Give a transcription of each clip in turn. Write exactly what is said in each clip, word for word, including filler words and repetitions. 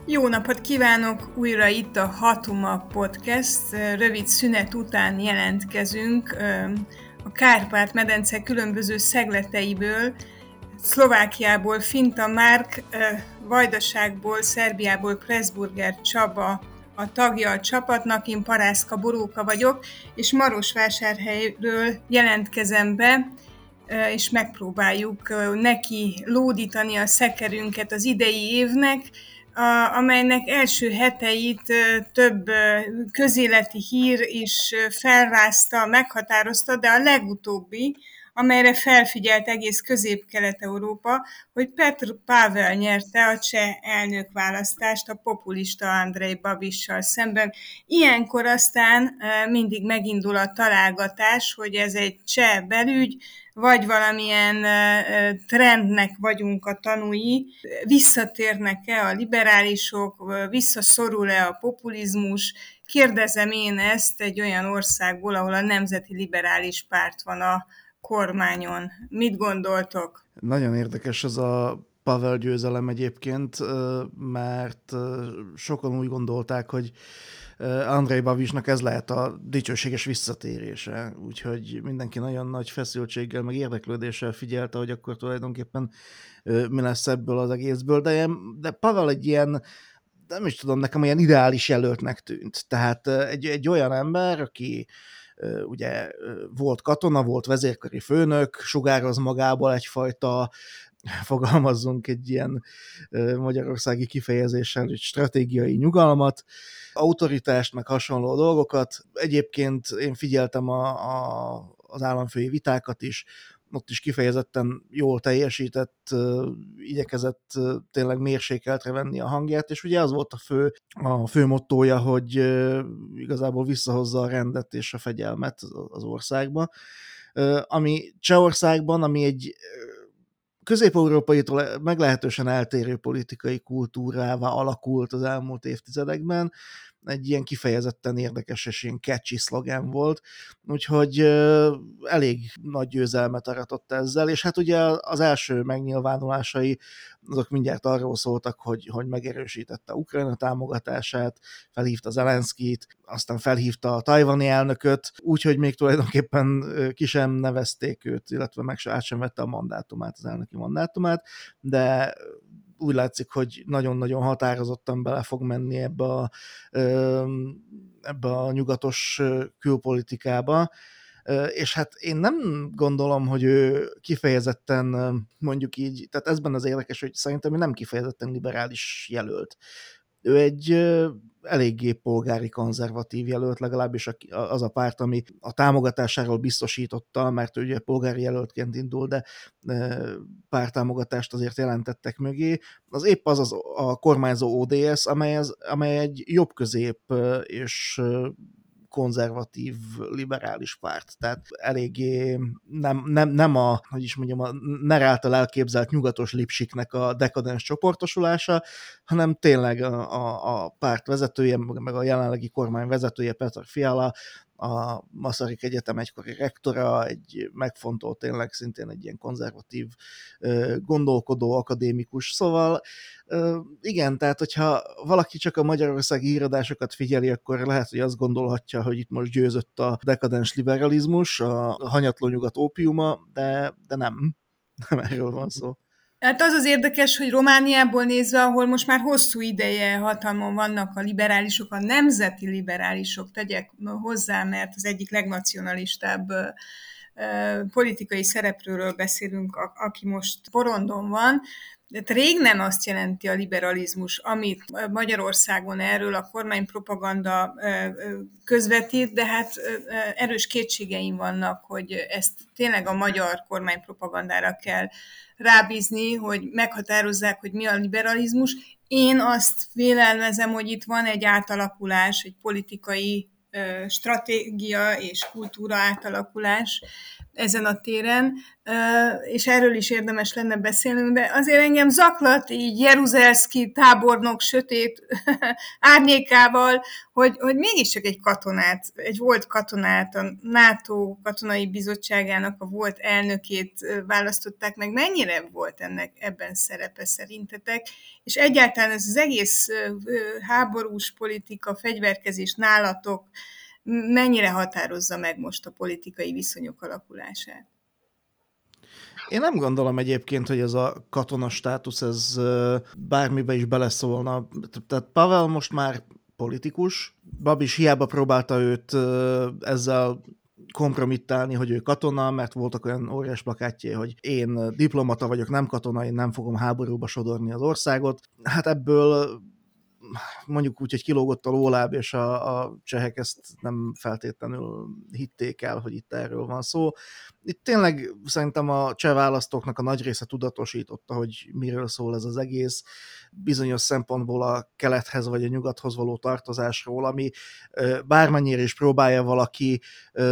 Jó napot kívánok! Újra itt a Hatuma Podcast. Rövid szünet után jelentkezünk a Kárpát-medence különböző szegleteiből, Szlovákiából Finta Márk, Vajdaságból, Szerbiából Pressburger Csaba a tagja a csapatnak, én Parászka Boróka vagyok, és Marosvásárhelyről jelentkezem be, és megpróbáljuk neki lódítani a szekerünket az idei évnek, amelynek első heteit több közéleti hír is felrázta, meghatározta, de a legutóbbi, amelyre felfigyelt egész Közép-Kelet-Európa, hogy Petr Pavel nyerte a cseh elnökválasztást a populista Andrej Babissal szemben. Ilyenkor aztán mindig megindul a találgatás, hogy ez egy cseh belügy, vagy valamilyen trendnek vagyunk a tanúi, visszatérnek-e a liberálisok, visszaszorul-e a populizmus. Kérdezem én ezt egy olyan országból, ahol a Nemzeti Liberális Párt van a kormányon. Mit gondoltok? Nagyon érdekes ez a Pavel győzelem egyébként, mert sokan úgy gondolták, hogy Andrej Babisnak ez lehet a dicsőséges visszatérése, úgyhogy mindenki nagyon nagy feszültséggel, meg érdeklődéssel figyelte, hogy akkor tulajdonképpen mi lesz ebből az egészből, de, de Pavel egy ilyen, nem is tudom, nekem olyan ideális jelöltnek tűnt. Tehát egy, egy olyan ember, aki ugye volt katona, volt vezérkari főnök, sugároz magából egyfajta, fogalmazzunk egy ilyen magyarországi kifejezéssel, egy stratégiai nyugalmat, autoritást, meg hasonló dolgokat. Egyébként én figyeltem a, a, az államfői vitákat is, ott is kifejezetten jól teljesített, igyekezett tényleg mérsékeltre venni a hangját, és ugye az volt a fő, a fő mottója, hogy igazából visszahozza a rendet és a fegyelmet az országba, ami Csehországban, ami egy közép-európaitól meglehetősen eltérő politikai kultúrává alakult az elmúlt évtizedekben, egy ilyen kifejezetten érdekes és ilyen catchy szlogán volt, úgyhogy elég nagy győzelmet aratott ezzel, és hát ugye az első megnyilvánulásai azok mindjárt arról szóltak, hogy, hogy megerősítette Ukrajna támogatását, felhívta Zelenszkijt, aztán felhívta a tajvani elnököt, úgyhogy még tulajdonképpen ki sem nevezték őt, illetve meg át sem vette a mandátumát, az elnöki mandátumát, de úgy látszik, hogy nagyon-nagyon határozottan bele fog menni ebbe a, ebbe a nyugatos külpolitikába, és hát én nem gondolom, hogy ő kifejezetten, mondjuk így, tehát ezben az érdekes, hogy szerintem ő nem kifejezetten liberális jelölt. Ő egy eléggé polgári konzervatív jelölt, legalábbis az a párt, ami a támogatásáról biztosította, mert ő ugye polgári jelöltként indul, de párttámogatást azért jelentettek mögé. Az épp az, az a kormányzó o dé es, amely, az, amely egy jobb-közép és konzervatív, liberális párt. Tehát eléggé nem, nem, nem a, hogy is mondjam, a NER által elképzelt nyugatos lipsiknek a dekadens csoportosulása, hanem tényleg a, a, a párt vezetője, meg a jelenlegi kormány vezetője, Petr Fiala, a Masaryk Egyetem egykori rektora, egy megfontolt, tényleg szintén egy ilyen konzervatív gondolkodó akadémikus. Szóval igen, tehát hogyha valaki csak a magyarországi híradásokat figyeli, akkor lehet, hogy azt gondolhatja, hogy itt most győzött a dekadens liberalizmus, a hanyatló nyugat ópiuma, de, de nem. Nem erről van szó. Hát az az érdekes, hogy Romániából nézve, ahol most már hosszú ideje hatalmon vannak a liberálisok, a nemzeti liberálisok, tegyek hozzá, mert az egyik legnacionalistább politikai szereplőről beszélünk, aki most porondon van, de rég nem azt jelenti a liberalizmus, amit Magyarországon erről a kormánypropaganda közvetít, de hát erős kétségeim vannak, hogy ezt tényleg a magyar kormánypropagandára kell rábízni, hogy meghatározzák, hogy mi a liberalizmus. Én azt vélelmezem, hogy itt van egy átalakulás, egy politikai stratégia és kultúra átalakulás, ezen a téren, és erről is érdemes lenne beszélnünk, de azért engem zaklat így Jaruzelszky tábornok sötét árnyékával, hogy, hogy mégiscsak egy katonát, egy volt katonát, a NATO katonai bizottságának a volt elnökét választották meg. Mennyire volt ennek ebben szerepe szerintetek? És egyáltalán ez az egész háborús politika, fegyverkezés nálatok mennyire határozza meg most a politikai viszonyok alakulását? Én nem gondolom egyébként, hogy ez a katona státusz, ez bármibe is beleszólna. Tehát Pavel most már politikus, Babis hiába próbálta őt ezzel kompromittálni, hogy ő katona, mert voltak olyan óriás plakátjai, hogy én diplomata vagyok, nem katona, én nem fogom háborúba sodorni az országot. Hát ebből mondjuk úgy, hogy kilógott a lóláb, és a, a csehek ezt nem feltétlenül hitték el, hogy itt erről van szó. Itt tényleg szerintem a cseh választóknak a nagy része tudatosította, hogy miről szól ez az egész, bizonyos szempontból a kelethez vagy a nyugathoz való tartozásról, ami bármennyire is próbálja valaki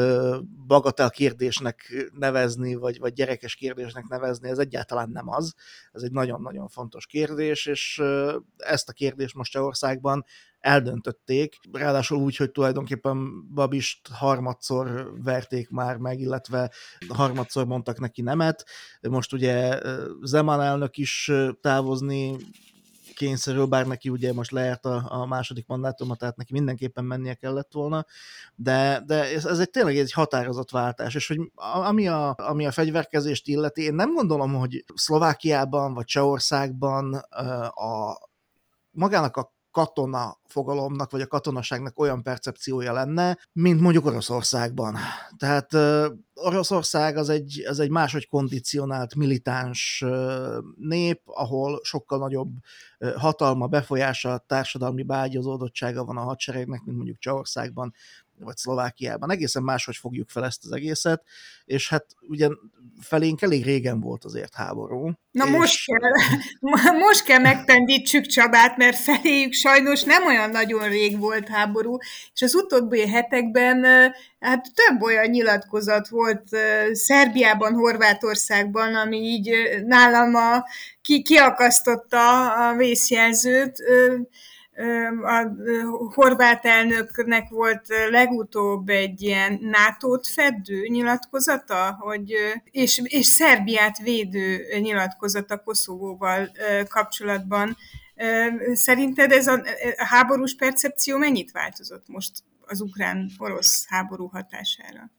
bagatel kérdésnek nevezni, vagy, vagy gyerekes kérdésnek nevezni, ez egyáltalán nem az. Ez egy nagyon-nagyon fontos kérdés, és ezt a kérdést most Csehországban eldöntötték, ráadásul úgy, hogy tulajdonképpen Babist harmadszor verték már meg, illetve harmadszor mondtak neki nemet. Most ugye Zeman elnök is távozni kényszerül, bár neki ugye most lejárt a, a második mandátuma, tehát neki mindenképpen mennie kellett volna, de, de ez, ez egy tényleg egy határozott váltás, és hogy ami a, ami a fegyverkezést illeti, én nem gondolom, hogy Szlovákiában vagy Csehországban a magának a katona fogalomnak, vagy a katonaságnak olyan percepciója lenne, mint mondjuk Oroszországban. Tehát uh, Oroszország az egy, az egy máshogy kondicionált, militáns uh, nép, ahol sokkal nagyobb uh, hatalma, befolyása, társadalmi beágyazódottsága van a hadseregnek, mint mondjuk Csehországban, vagy Szlovákiában. Egészen máshogy fogjuk fel ezt az egészet, és hát ugye felénk elég régen volt azért háború. Na és... most kell, most kell megpendítsük Csabát, mert feléjük sajnos nem olyan nagyon rég volt háború, és az utóbbi hetekben hát több olyan nyilatkozat volt Szerbiában, Horvátországban, ami így nálam a, ki, kiakasztotta a vészjelzőt. A horvát elnöknek volt legutóbb egy ilyen nátót fedő nyilatkozata, hogy, és, és Szerbiát védő nyilatkozata Koszovóval kapcsolatban. Szerinted ez a, a háborús percepció mennyit változott most az ukrán-orosz háború hatására?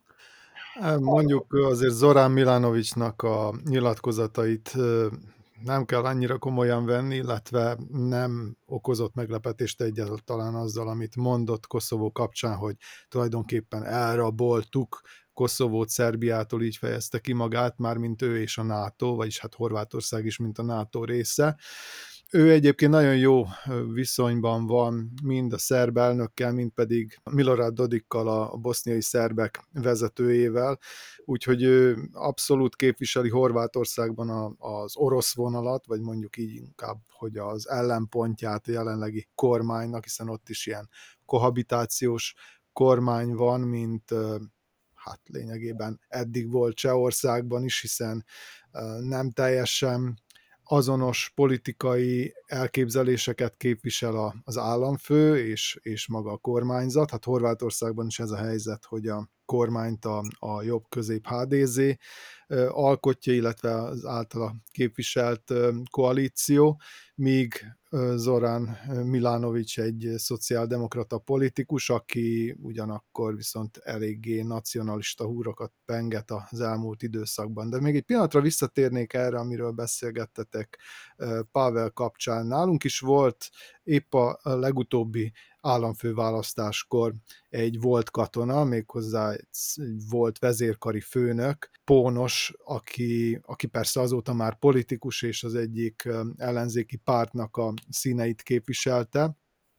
Mondjuk azért Zorán Milanovićnak a nyilatkozatait nem kell annyira komolyan venni, illetve nem okozott meglepetést egyáltalán azzal, amit mondott Koszovó kapcsán, hogy tulajdonképpen elraboltuk Koszovót Szerbiától, így fejezte ki magát, már mint ő és a NATO, vagyis hát Horvátország is, mint a NATO része. Ő egyébként nagyon jó viszonyban van mind a szerb elnökkel, mind pedig Milorad Dodikkal, a boszniai szerbek vezetőjével, úgyhogy ő abszolút képviseli Horvátországban az orosz vonalat, vagy mondjuk így inkább, hogy az ellenpontját a jelenlegi kormánynak, hiszen ott is ilyen kohabitációs kormány van, mint hát lényegében eddig volt Csehországban is, hiszen nem teljesen azonos politikai elképzeléseket képvisel az államfő és, és maga a kormányzat. Hát Horvátországban is ez a helyzet, hogy a kormányt a, a jobb-közép há dé zé alkotja, illetve az általa képviselt koalíció, míg Zorán Milanović egy szociáldemokrata politikus, aki ugyanakkor viszont eléggé nacionalista húrokat penget az elmúlt időszakban. De még egy pillanatra visszatérnék erre, amiről beszélgettetek Pavel kapcsán. Nálunk is volt épp a legutóbbi államfőválasztáskor egy volt katona, méghozzá egy volt vezérkari főnök, Pónos, aki, aki persze azóta már politikus, és az egyik ellenzéki pártnak a színeit képviselte,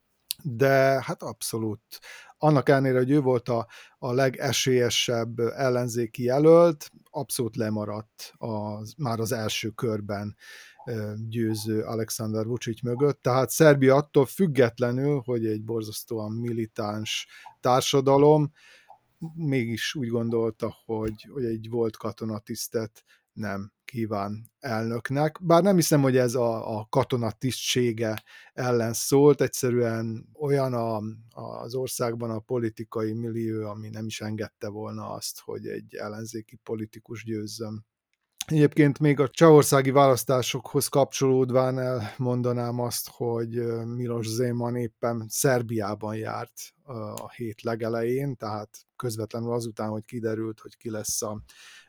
de hát abszolút. Annak ellenére, hogy ő volt a, a legesélyesebb ellenzéki jelölt, abszolút lemaradt az, már az első körben győző Aleksandar Vučić mögött. Tehát Szerbia attól függetlenül, hogy egy borzasztóan militáns társadalom, mégis úgy gondolta, hogy, hogy egy volt katonatisztet nem kíván elnöknek. Bár nem hiszem, hogy ez a, a katonatisztsége ellen szólt, egyszerűen olyan a, az országban a politikai millió, ami nem is engedte volna azt, hogy egy ellenzéki politikus győzzön. Egyébként még a csehországi választásokhoz kapcsolódván elmondanám azt, hogy Miloš Zeman éppen Szerbiában járt a hét legelején, tehát közvetlenül azután, hogy kiderült, hogy ki lesz a,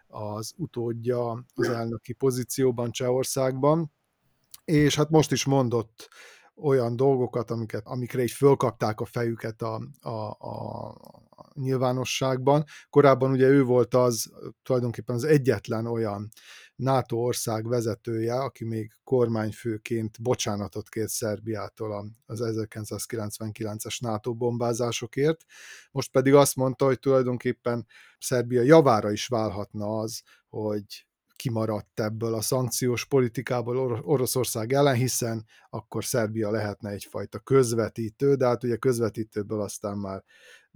az utódja az elnöki pozícióban Csehországban, és hát most is mondott olyan dolgokat, amiket, amikre így fölkapták a fejüket a, a, a nyilvánosságban. Korábban ugye ő volt az tulajdonképpen az egyetlen olyan NATO ország vezetője, aki még kormányfőként bocsánatot kért Szerbiától az ezerkilencszázkilencvenkilences NATO bombázásokért. Most pedig azt mondta, hogy tulajdonképpen Szerbia javára is válhatna az, hogy kimaradt ebből a szankciós politikából Oroszország ellen, hiszen akkor Szerbia lehetne egyfajta közvetítő, de hát ugye közvetítőből aztán már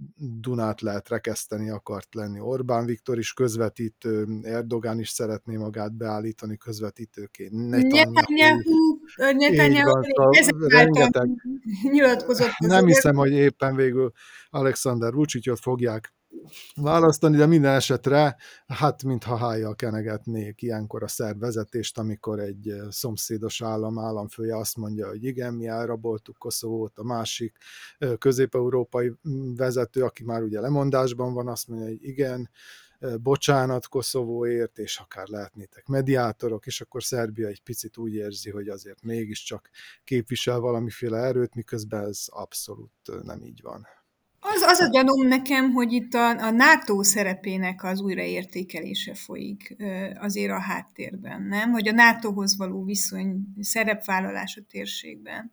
Dunát lehet rekeszteni, akart lenni Orbán Viktor is közvetítő, Erdogán is szeretné magát beállítani közvetítőként. Netanyahu, Netanyahu rengeteg nyilatkozott. Nem hiszem, hogy éppen végül Alexander Vučićot fogják választani, de minden esetre, hát mintha hájjal kenegetnék ilyenkor a szerb vezetést, amikor egy szomszédos állam államfője azt mondja, hogy igen, mi elraboltuk Koszovót, a másik közép-európai vezető, aki már ugye lemondásban van, azt mondja, hogy igen, bocsánat Koszovóért, és akár lehetnétek mediátorok, és akkor Szerbia egy picit úgy érzi, hogy azért mégiscsak képvisel valamiféle erőt, miközben ez abszolút nem így van. Az, az a gyanúm nekem, hogy itt a, a NATO szerepének az újraértékelése folyik azért a háttérben, nem? Hogy a nátóhoz való viszony, szerepvállalás a térségben.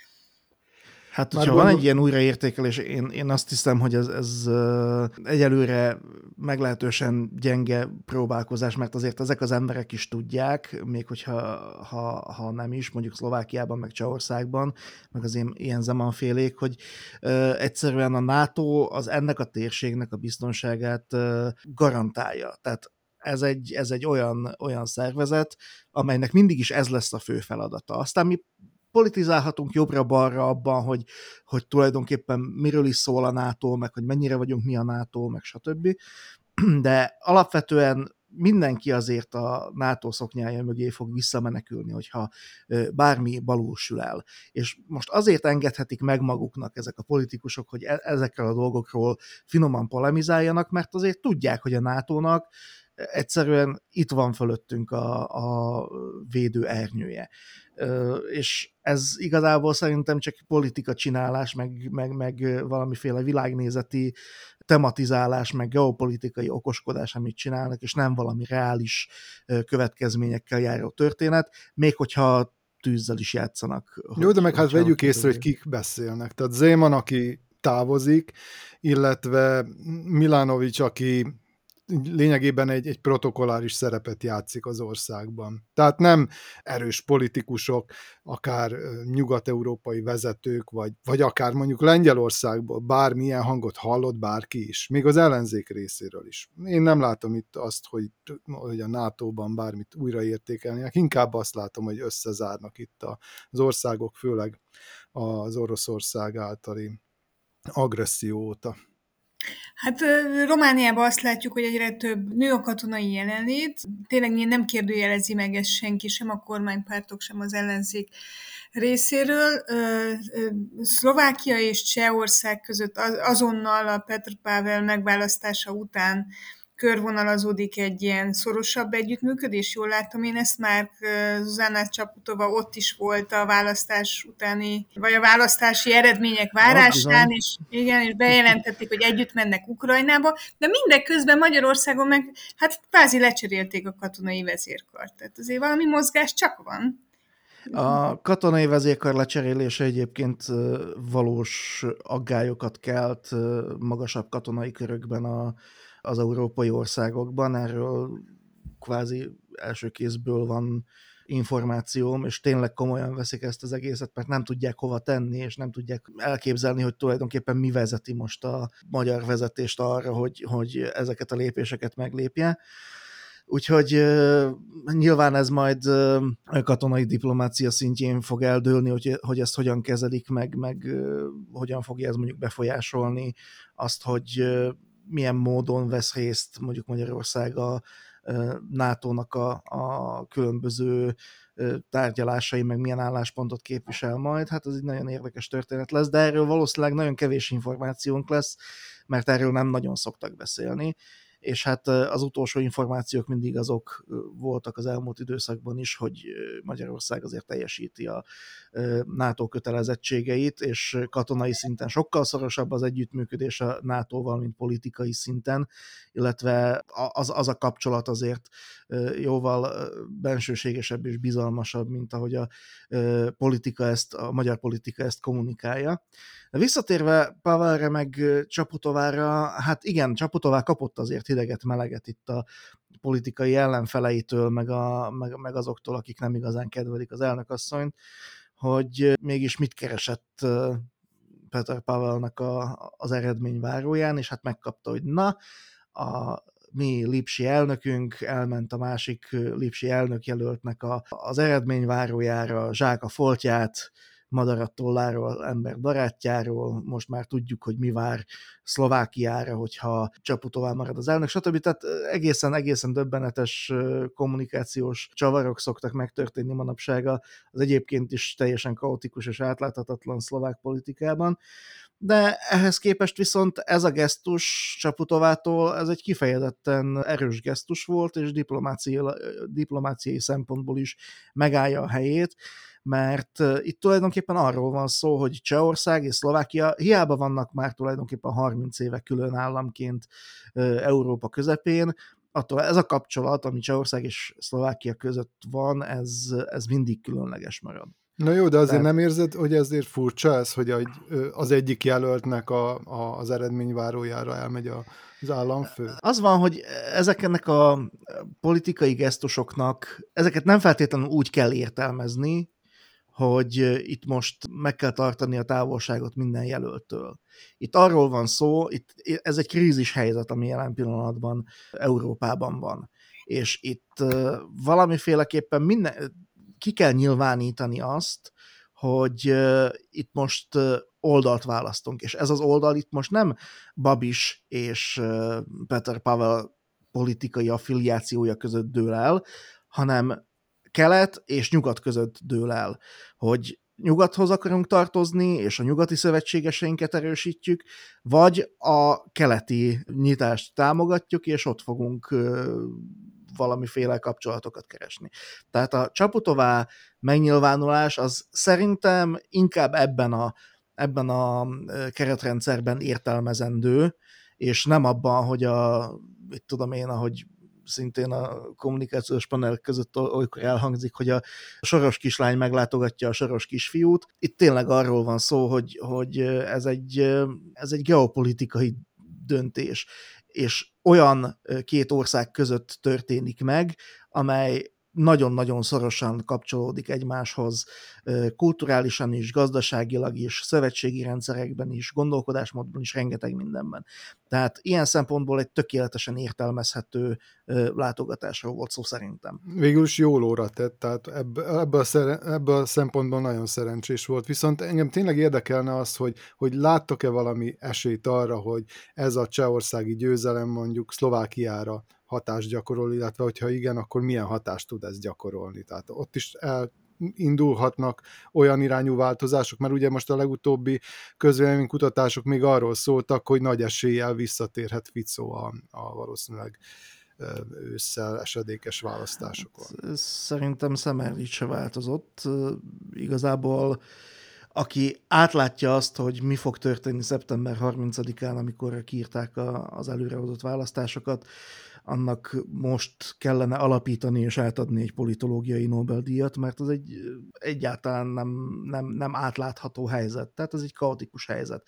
Hát, hogyha van egy ilyen újraértékelés, én, én azt hiszem, hogy ez, ez egyelőre meglehetősen gyenge próbálkozás, mert azért ezek az emberek is tudják, még hogyha ha, ha nem is, mondjuk Szlovákiában, meg Csehországban, meg az ilyen, ilyen Zeman-félék, hogy uh, egyszerűen a NATO az ennek a térségnek a biztonságát uh, garantálja. Tehát ez egy, ez egy olyan, olyan szervezet, amelynek mindig is ez lesz a fő feladata. Aztán mi politizálhatunk jobbra-balra abban, hogy, hogy tulajdonképpen miről is szól a NATO, meg hogy mennyire vagyunk mi a NATO, meg stb. De alapvetően mindenki azért a NATO szoknyája mögé fog visszamenekülni, hogyha bármi balul el. És most azért engedhetik meg maguknak ezek a politikusok, hogy ezekkel a dolgokról finoman polemizáljanak, mert azért tudják, hogy a nátónak egyszerűen itt van fölöttünk a, a védő ernyője. És ez igazából szerintem csak politika csinálás, meg, meg, meg valamiféle világnézeti tematizálás, meg geopolitikai okoskodás, amit csinálnak, és nem valami reális következményekkel járó történet, még hogyha tűzzel is játszanak. Jó, de meg hát vegyük észre, hogy kik beszélnek. Tehát Zeman, aki távozik, illetve Milanović, aki lényegében egy, egy protokolláris szerepet játszik az országban. Tehát nem erős politikusok, akár nyugat-európai vezetők, vagy, vagy akár mondjuk Lengyelországból bármilyen hangot hallott bárki is, még az ellenzék részéről is. Én nem látom itt azt, hogy, hogy a nátóban bármit újraértékelnének, inkább azt látom, hogy összezárnak itt az országok, főleg az Oroszország általi agresszió óta. Hát Romániában azt látjuk, hogy egyre több nő a katonai jelenlét. Tényleg nem kérdőjelezi meg ezt senki, sem a kormánypártok, sem az ellenzék részéről. Szlovákia és Csehország között azonnal a Petr Pavel megválasztása után körvonalazódik egy ilyen szorosabb együttműködés. Jól látom én ezt, már Zuzana Csaputova ott is volt a választás utáni, vagy a választási eredmények várásán, és igen, és bejelentették, hogy együtt mennek Ukrajnába, de mindeközben Magyarországon meg hát kvázi lecserélték a katonai vezérkart. Tehát azért valami mozgás csak van. A katonai vezérkar lecserélése egyébként valós aggályokat kelt magasabb katonai körökben a az európai országokban, erről kvázi első kézből van információm, és tényleg komolyan veszik ezt az egészet, mert nem tudják hova tenni, és nem tudják elképzelni, hogy tulajdonképpen mi vezeti most a magyar vezetést arra, hogy, hogy ezeket a lépéseket meglépje. Úgyhogy uh, nyilván ez majd uh, katonai diplomácia szintjén fog eldőlni, hogy, hogy ezt hogyan kezelik, meg, meg uh, hogyan fogja ez mondjuk befolyásolni azt, hogy uh, milyen módon vesz részt mondjuk Magyarország a uh, nátónak a, a különböző uh, tárgyalásai, meg milyen álláspontot képvisel majd. Hát ez egy nagyon érdekes történet lesz, de erről valószínűleg nagyon kevés információnk lesz, mert erről nem nagyon szoktak beszélni. És hát az utolsó információk mindig azok voltak az elmúlt időszakban is, hogy Magyarország azért teljesíti a NATO kötelezettségeit, és katonai szinten sokkal szorosabb az együttműködés a nátóval, mint politikai szinten, illetve az, az a kapcsolat azért jóval bensőségesebb és bizalmasabb, mint ahogy a politika ezt, a magyar politika ezt kommunikálja. De visszatérve Pavelre meg Csaputovára, hát igen, Csaputová kapott azért hideget, meleget itt a politikai ellenfeleitől, meg, a, meg, meg azoktól, akik nem igazán kedvelik az elnökasszonyt, hogy mégis mit keresett Petr Pavelnek a, az eredményváróján, és hát megkapta, hogy na, a mi lipsi elnökünk elment a másik lipsi elnökjelöltnek a, az eredményvárójára, zsák a foltját, madarat tolláról, ember barátjáról, most már tudjuk, hogy mi vár Szlovákiára, hogyha Csaputová marad az elnök, stb. Tehát egészen, egészen döbbenetes kommunikációs csavarok szoktak megtörténni manapság az egyébként is teljesen kaotikus és átláthatatlan szlovák politikában. De ehhez képest viszont ez a gesztus Csaputovától, ez egy kifejezetten erős gesztus volt, és diplomáciai, diplomáciai szempontból is megállja a helyét, mert itt tulajdonképpen arról van szó, hogy Csehország és Szlovákia hiába vannak már tulajdonképpen harminc éve külön államként Európa közepén, attól ez a kapcsolat, ami Csehország és Szlovákia között van, ez, ez mindig különleges marad. Na jó, de azért Tehát... nem érzed, hogy ezért furcsa ez, hogy az egyik jelöltnek a, a, az eredményvárójára elmegy az államfő? Az van, hogy ezeknek a politikai gesztusoknak, ezeket nem feltétlenül úgy kell értelmezni, hogy itt most meg kell tartani a távolságot minden jelöltől. Itt arról van szó, itt, ez egy krízis helyzet, ami jelen pillanatban Európában van. És itt valamiféleképpen minden, ki kell nyilvánítani azt, hogy itt most oldalt választunk. És ez az oldal itt most nem Babis és Petr Pavel politikai affiliációja között dől el, hanem kelet és nyugat között dől el, hogy nyugathoz akarunk tartozni, és a nyugati szövetségeseinket erősítjük, vagy a keleti nyitást támogatjuk, és ott fogunk valamiféle kapcsolatokat keresni. Tehát a Csaputová megnyilvánulás az szerintem inkább ebben a, ebben a keretrendszerben értelmezendő, és nem abban, hogy a, mit tudom én, ahogy szintén a kommunikációs panel között olykor elhangzik, hogy a soros kislány meglátogatja a soros kisfiút. Itt tényleg arról van szó, hogy, hogy ez, egy, ez egy geopolitikai döntés, és olyan két ország között történik meg, amely nagyon-nagyon szorosan kapcsolódik egymáshoz kulturálisan is, gazdaságilag is, szövetségi rendszerekben is, gondolkodásmódban is, rengeteg mindenben. Tehát ilyen szempontból egy tökéletesen értelmezhető látogatásról volt szó szerintem. Végül is jól óra tett, tehát ebből a, szeren- ebből a szempontból nagyon szerencsés volt. Viszont engem tényleg érdekelne az, hogy, hogy láttok-e valami esélyt arra, hogy ez a csehországi győzelem mondjuk Szlovákiára hatást gyakorol, illetve hogyha igen, akkor milyen hatást tud ez gyakorolni. Tehát ott is elindulhatnak olyan irányú változások, mert ugye most a legutóbbi közvéleménykutatások még arról szóltak, hogy nagy eséllyel visszatérhet Fico a, a valószínűleg ősszel esedékes választásokon. Szerintem Szemerlics se változott. Igazából aki átlátja azt, hogy mi fog történni szeptember harmincadikán, amikor kiírták az előrehozott választásokat, annak most kellene alapítani és átadni egy politológiai Nobel-díjat, mert az egy egyáltalán nem, nem, nem átlátható helyzet. Tehát ez egy kaotikus helyzet.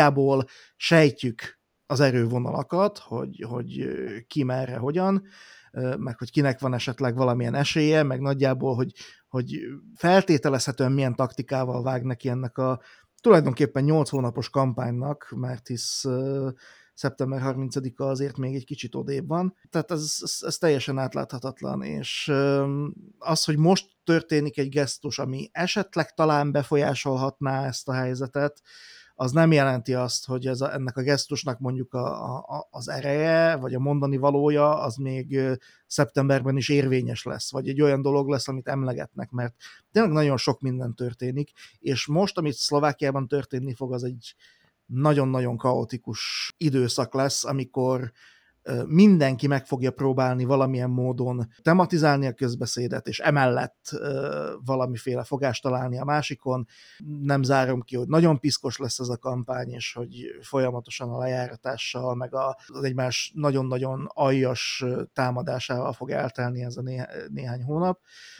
Nagyjából sejtjük az erővonalakat, hogy, hogy ki merre, hogyan, meg hogy kinek van esetleg valamilyen esélye, meg nagyjából, hogy, hogy feltételezhetően milyen taktikával vág neki ennek a tulajdonképpen nyolc hónapos kampánynak, mert hisz szeptember harmincadika azért még egy kicsit odébb van. Tehát ez, ez, ez teljesen átláthatatlan, és az, hogy most történik egy gesztus, ami esetleg talán befolyásolhatná ezt a helyzetet, az nem jelenti azt, hogy ez a, ennek a gesztusnak mondjuk a, a, az ereje, vagy a mondani valója, az még szeptemberben is érvényes lesz, vagy egy olyan dolog lesz, amit emlegetnek, mert tényleg nagyon sok minden történik, és most, amit Szlovákiában történni fog, az egy nagyon-nagyon kaotikus időszak lesz, amikor mindenki meg fogja próbálni valamilyen módon tematizálni a közbeszédet, és emellett valamiféle fogást találni a másikon. Nem zárom ki, hogy nagyon piszkos lesz ez a kampány, és hogy folyamatosan a lejáratással, meg az egymás nagyon-nagyon aljas támadásával fog eltelni ez a néh- néhány hónap.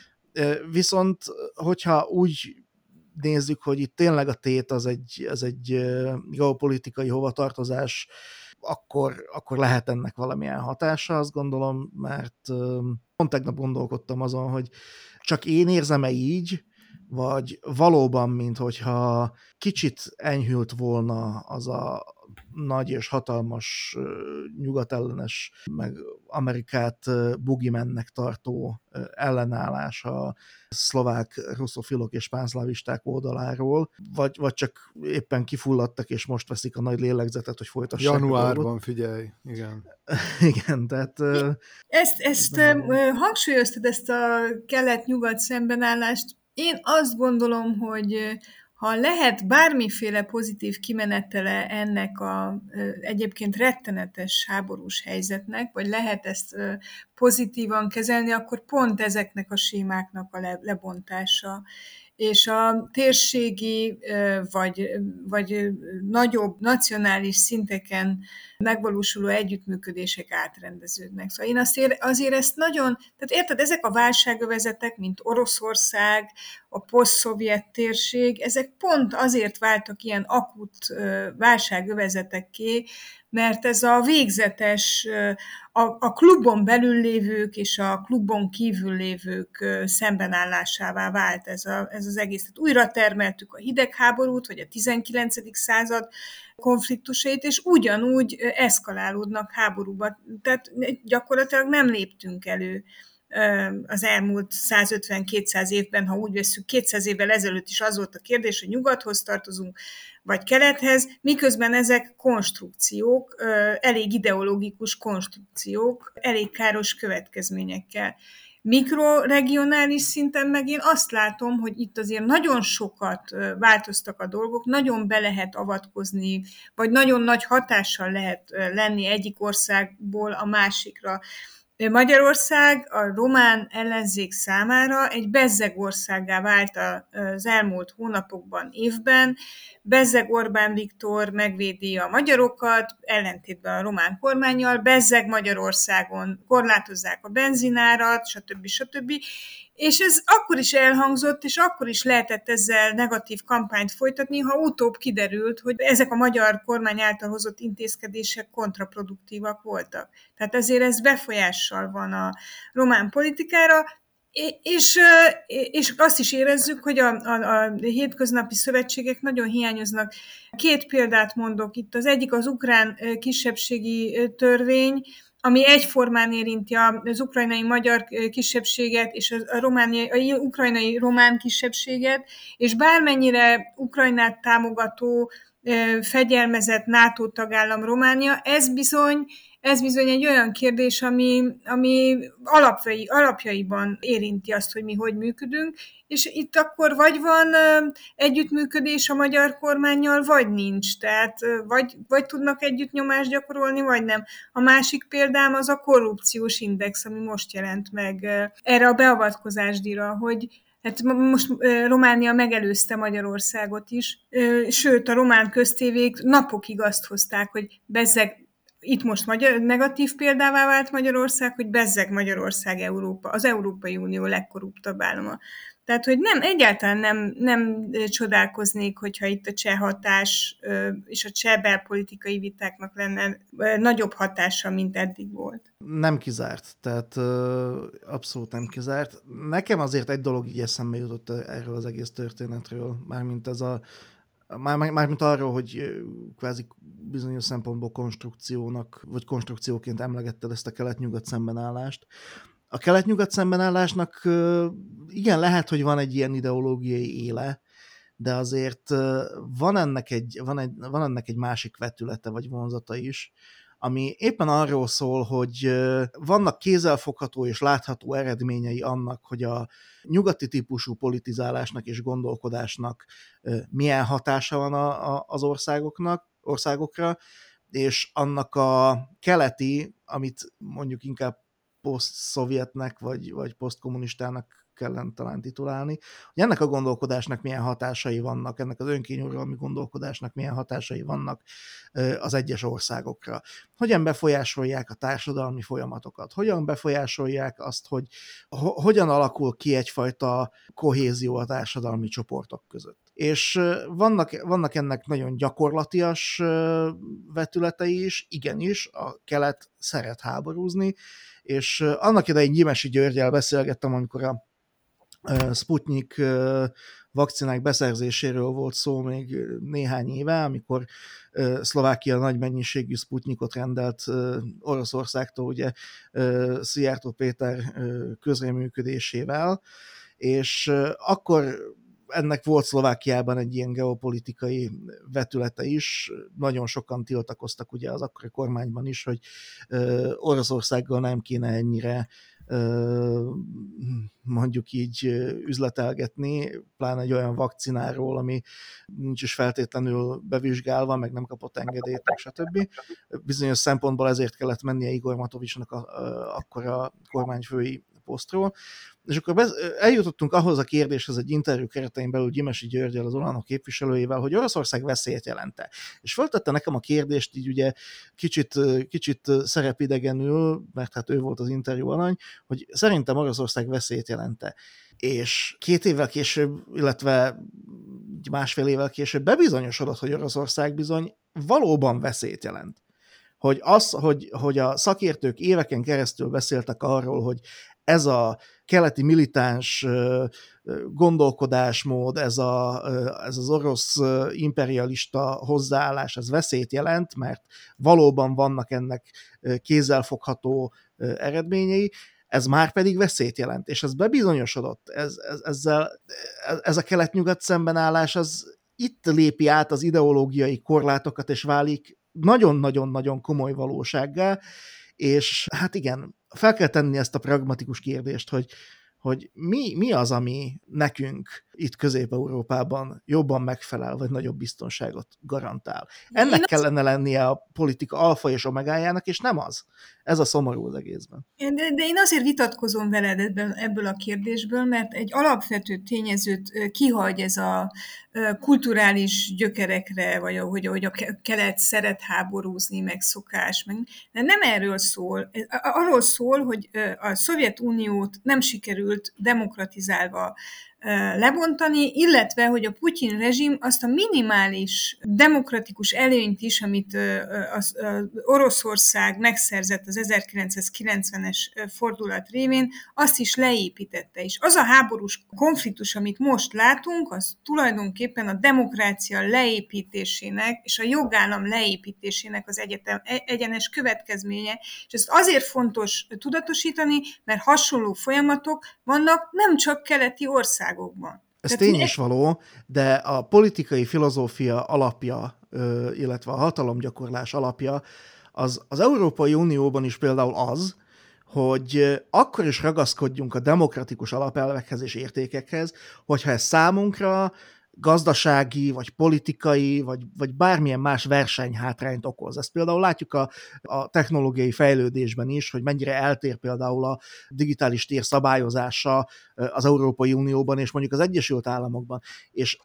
Viszont, hogyha úgy nézzük, hogy itt tényleg a tét az egy, az egy geopolitikai hovatartozás, akkor, akkor lehet ennek valamilyen hatása, azt gondolom, mert pont tegnap gondolkodtam azon, hogy csak én érzem-e így, vagy valóban, minthogyha kicsit enyhült volna az a nagy és hatalmas nyugatellenes, meg Amerikát bugimennek tartó ellenállás a szlovák russzofilok és pánszlávisták oldaláról, vagy, vagy csak éppen kifulladtak, és most veszik a nagy lélegzetet, hogy folytassák. Januárban, figyelj, igen. Igen, tehát... Ezt, ezt hangsúlyoztad, ezt a kelet-nyugat szembenállást. Én azt gondolom, hogy ha lehet bármiféle pozitív kimenetele ennek a egyébként rettenetes háborús helyzetnek, vagy lehet ezt pozitívan kezelni, akkor pont ezeknek a sémáknak a lebontása. És a térségi vagy, vagy nagyobb nacionális szinteken megvalósuló együttműködések átrendeződnek. Szóval én azért, azért ezt nagyon, tehát érted, ezek a válságövezetek, mint Oroszország, a poszt-szovjet térség, ezek pont azért váltak ilyen akut válságövezetekké, mert ez a végzetes, a, a klubon belül lévők és a klubon kívül lévők szembenállásává vált ez, a, ez az egész. Tehát újra termeltük a hidegháborút, vagy a tizenkilencedik század konfliktusait, és ugyanúgy eszkalálódnak háborúba. Tehát gyakorlatilag nem léptünk elő az elmúlt százötven-kétszáz évben, ha úgy vesszük, kétszáz évvel ezelőtt is az volt a kérdés, hogy nyugathoz tartozunk, vagy kelethez, miközben ezek konstrukciók, elég ideológikus konstrukciók, elég káros következményekkel. Mikroregionális szinten meg én azt látom, hogy itt azért nagyon sokat változtak a dolgok, nagyon be lehet avatkozni, vagy nagyon nagy hatással lehet lenni egyik országból a másikra. Magyarország a román ellenzék számára egy bezzeg országgá vált az elmúlt hónapokban, évben. Bezzeg Orbán Viktor megvédi a magyarokat, ellentétben a román kormánnyal, bezzeg Magyarországon korlátozzák a benzinárat, stb. stb. És ez akkor is elhangzott, és akkor is lehetett ezzel negatív kampányt folytatni, ha utóbb kiderült, hogy ezek a magyar kormány által hozott intézkedések kontraproduktívak voltak. Tehát ezért ez befolyással van a román politikára, és, és azt is érezzük, hogy a, a, a hétköznapi szövetségek nagyon hiányoznak. Két példát mondok itt. Az egyik az ukrán kisebbségi törvény, ami egyformán érinti az ukrajnai magyar kisebbséget és a, romániai, a ukrajnai román kisebbséget, és bármennyire Ukrajnát támogató, fegyelmezett NATO tagállam Románia, ez bizony, ez bizony egy olyan kérdés, ami, ami alapjai, alapjaiban érinti azt, hogy mi hogy működünk, és itt akkor vagy van együttműködés a magyar kormánnyal, vagy nincs. Tehát vagy, vagy tudnak együtt nyomást gyakorolni, vagy nem. A másik példám az a korrupciós index, ami most jelent meg erre a beavatkozásdíjra, hogy hát most Románia megelőzte Magyarországot is, sőt a román köztévék napokig azt hozták, hogy bezzeg, itt most magyar, negatív példává vált Magyarország, hogy bezzeg Magyarország Európa, az Európai Unió legkorruptabb állama. Tehát, hogy nem, egyáltalán nem, nem csodálkoznék, hogyha itt a cseh hatás és a cseh belpolitikai vitáknak lenne nagyobb hatása, mint eddig volt. Nem kizárt, tehát abszolút nem kizárt. Nekem azért egy dolog így eszembe jutott erről az egész történetről, mármint ez a Már, mármint arról, hogy kvázi bizonyos szempontból konstrukciónak, vagy konstrukcióként emlegetted ezt a kelet-nyugat szembenállást. A kelet-nyugat szembenállásnak igen, lehet, hogy van egy ilyen ideológiai éle, de azért van ennek egy, van egy, van ennek egy másik vetülete, vagy vonzata is, ami éppen arról szól, hogy vannak kézzelfogható és látható eredményei annak, hogy a nyugati típusú politizálásnak és gondolkodásnak milyen hatása van a, a, az országoknak, országokra, és annak a keleti, amit mondjuk inkább poszt-szovjetnek vagy, vagy posztkommunistának kellene talán titulálni, hogy ennek a gondolkodásnak milyen hatásai vannak, ennek az önkényuralmi gondolkodásnak milyen hatásai vannak az egyes országokra. Hogyan befolyásolják a társadalmi folyamatokat, hogyan befolyásolják azt, hogy ho- hogyan alakul ki egyfajta kohézió a társadalmi csoportok között. És vannak, vannak ennek nagyon gyakorlatias vetületei is, igenis, a kelet szeret háborúzni, és annak idején Gyimesi Györggyel beszélgettem, amikor a Sputnik vakcinák beszerzéséről volt szó még néhány éve, amikor Szlovákia nagy mennyiségű Sputnikot rendelt Oroszországtól, ugye Szijjártó Péter közreműködésével, és akkor ennek volt Szlovákiában egy ilyen geopolitikai vetülete is, nagyon sokan tiltakoztak ugye az akkori kormányban is, hogy Oroszországgal nem kéne ennyire mondjuk így üzletelgetni, pláne egy olyan vakcináról, ami nincs is feltétlenül bevizsgálva, meg nem kapott engedélyt, meg stb. Bizonyos szempontból ezért kellett mennie Igor Matovicsnak a, a, akkor a kormányfői posztról. És akkor eljutottunk ahhoz a kérdéshez egy interjú keretein belül Gyimesi Györggyel, az Olano képviselőjével, hogy Oroszország veszélyt jelente. És föltette nekem a kérdést így ugye kicsit, kicsit szerepidegenül, mert hát ő volt az interjú alany, hogy szerintem Oroszország veszélyt jelente. És két évvel később, illetve másfél évvel később bebizonyosodott, hogy Oroszország bizony valóban veszélyt jelent. Hogy az, hogy, hogy a szakértők éveken keresztül beszéltek arról, hogy ez a keleti militáns gondolkodásmód, ez, a, ez az orosz imperialista hozzáállás, ez veszélyt jelent, mert valóban vannak ennek kézzelfogható eredményei, ez már pedig veszélyt jelent, és ez bebizonyosodott. Ez, ez, ezzel, ez a kelet-nyugat szembenállás az itt lépi át az ideológiai korlátokat, és válik nagyon-nagyon-nagyon komoly valósággá, és hát igen, fel kell tenni ezt a pragmatikus kérdést, hogy, hogy mi, mi az, ami nekünk itt Közép-Európában jobban megfelel, vagy nagyobb biztonságot garantál. Ennek kellene lennie a politika alfa és omegájának, és nem az. Ez a szomorú az egészben. De, de én azért vitatkozom veled ebből, ebből a kérdésből, mert egy alapvető tényezőt kihagy ez a kulturális gyökerekre, vagy hogy, hogy a kelet szeret háborúzni, meg szokás, meg, de nem erről szól. Arról szól, hogy a Szovjetuniót nem sikerült demokratizálva lebontani, illetve, hogy a Putyin rezsim azt a minimális demokratikus előnyt is, amit az Oroszország megszerzett az ezerkilencszázkilencvenes fordulat révén, azt is leépítette. És az a háborús konfliktus, amit most látunk, az tulajdonképpen a demokrácia leépítésének és a jogállam leépítésének az egyetem, egyenes következménye. És ezt azért fontos tudatosítani, mert hasonló folyamatok vannak nem csak keleti országokban. Ez tény és való, de a politikai filozófia alapja, illetve a hatalomgyakorlás alapja az, az Európai Unióban is például az, hogy akkor is ragaszkodjunk a demokratikus alapelvekhez és értékekhez, hogyha ez számunkra gazdasági, vagy politikai, vagy, vagy bármilyen más versenyhátrányt okoz. Ezt például látjuk a, a technológiai fejlődésben is, hogy mennyire eltér például a digitális tér szabályozása az Európai Unióban, és mondjuk az Egyesült Államokban. És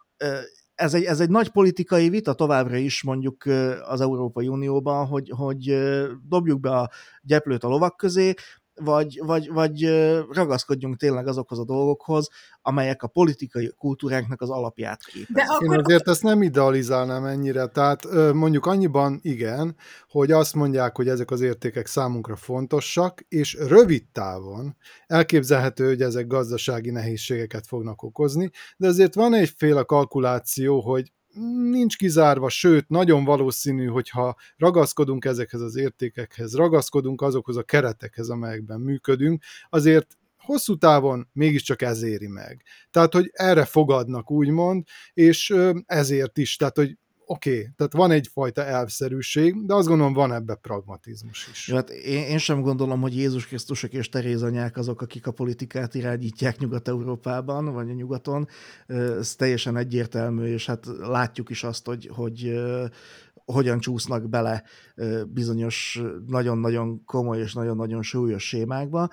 ez egy, ez egy nagy politikai vita továbbra is mondjuk az Európai Unióban, hogy, hogy dobjuk be a gyeplőt a lovak közé, vagy, vagy, vagy ragaszkodjunk tényleg azokhoz a dolgokhoz, amelyek a politikai kultúránknak az alapját képezik. Akkor... Én azért ezt nem idealizálnám ennyire, tehát mondjuk annyiban igen, hogy azt mondják, hogy ezek az értékek számunkra fontosak, és rövid távon elképzelhető, hogy ezek gazdasági nehézségeket fognak okozni, de azért van egyféle kalkuláció, hogy nincs kizárva, sőt, nagyon valószínű, hogyha ragaszkodunk ezekhez az értékekhez, ragaszkodunk azokhoz a keretekhez, amelyekben működünk, azért hosszú távon mégiscsak ez éri meg. Tehát, hogy erre fogadnak, úgymond, és ezért is, tehát, hogy oké, okay, tehát van egyfajta elvszerűség, de azt gondolom, van ebbe pragmatizmus is. Jó, hát én, én sem gondolom, hogy Jézus Krisztusok és Teréz anyák azok, akik a politikát irányítják Nyugat-Európában, vagy a nyugaton. Ez teljesen egyértelmű, és hát látjuk is azt, hogy, hogy hogyan csúsznak bele bizonyos nagyon-nagyon komoly és nagyon-nagyon súlyos sémákba,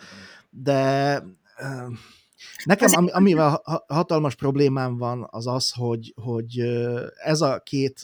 de nekem, ami, amivel hatalmas problémám van, az az, hogy, hogy ez a két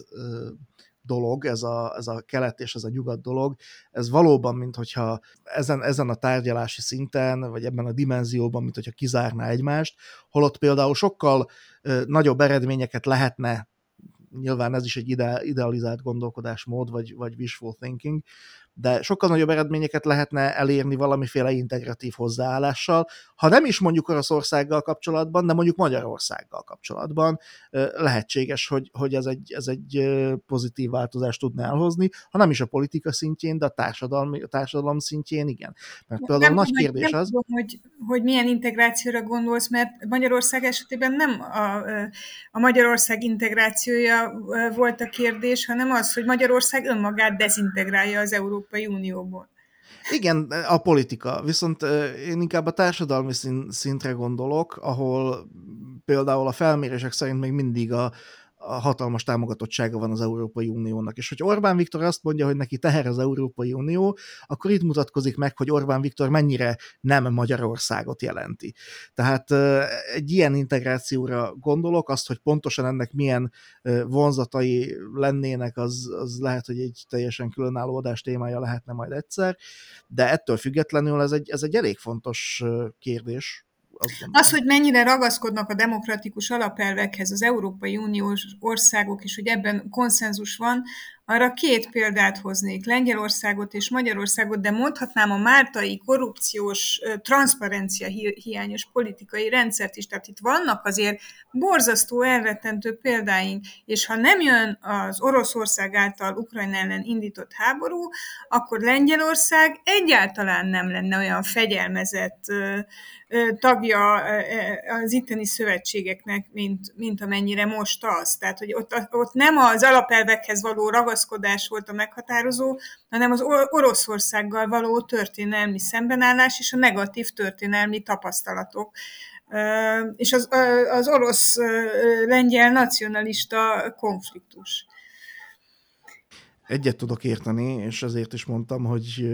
dolog, ez a, ez a kelet és ez a nyugat dolog, ez valóban, minthogyha ezen, ezen a tárgyalási szinten, vagy ebben a dimenzióban, minthogyha kizárná egymást, holott például sokkal nagyobb eredményeket lehetne, nyilván ez is egy ide, idealizált gondolkodásmód, vagy, vagy wishful thinking, de sokkal nagyobb eredményeket lehetne elérni valamiféle integratív hozzáállással, ha nem is mondjuk Oroszországgal kapcsolatban, de mondjuk Magyarországgal kapcsolatban lehetséges, hogy, hogy ez, egy, ez egy pozitív változást tudna elhozni, ha nem is a politika szintjén, de a társadalom, a társadalom szintjén igen. Mert például nem, nagy kérdés nem az... tudom, hogy, hogy milyen integrációra gondolsz, mert Magyarország esetében nem a, a Magyarország integrációja volt a kérdés, hanem az, hogy Magyarország önmagát dezintegrálja az Európai Unióból. Igen, a politika. Viszont én inkább a társadalmi szintre gondolok, ahol például a felmérések szerint még mindig a, a hatalmas támogatottsága van az Európai Uniónak. És hogy Orbán Viktor azt mondja, hogy neki teher az Európai Unió, akkor itt mutatkozik meg, hogy Orbán Viktor mennyire nem Magyarországot jelenti. Tehát egy ilyen integrációra gondolok, azt, hogy pontosan ennek milyen vonzatai lennének, az, az lehet, hogy egy teljesen különálló adás témája lehetne majd egyszer, de ettől függetlenül ez egy, ez egy elég fontos kérdés. Az, hogy mennyire ragaszkodnak a demokratikus alapelvekhez az Európai Uniós országok, és hogy ebben konszenzus van, arra két példát hoznék, Lengyelországot és Magyarországot, de mondhatnám a máltai korrupciós, transzparencia hiányos politikai rendszert is. Tehát itt vannak azért borzasztó elrettentő példáink, és ha nem jön az Oroszország által Ukrajna ellen indított háború, akkor Lengyelország egyáltalán nem lenne olyan fegyelmezett tagja az itteni szövetségeknek, mint, mint amennyire most az. Tehát, hogy ott, ott nem az alapelvekhez való ragaszkodás volt a meghatározó, hanem az Oroszországgal való történelmi szembenállás és a negatív történelmi tapasztalatok. És az, az orosz-lengyel nacionalista konfliktus. Egyet tudok érteni, és ezért is mondtam, hogy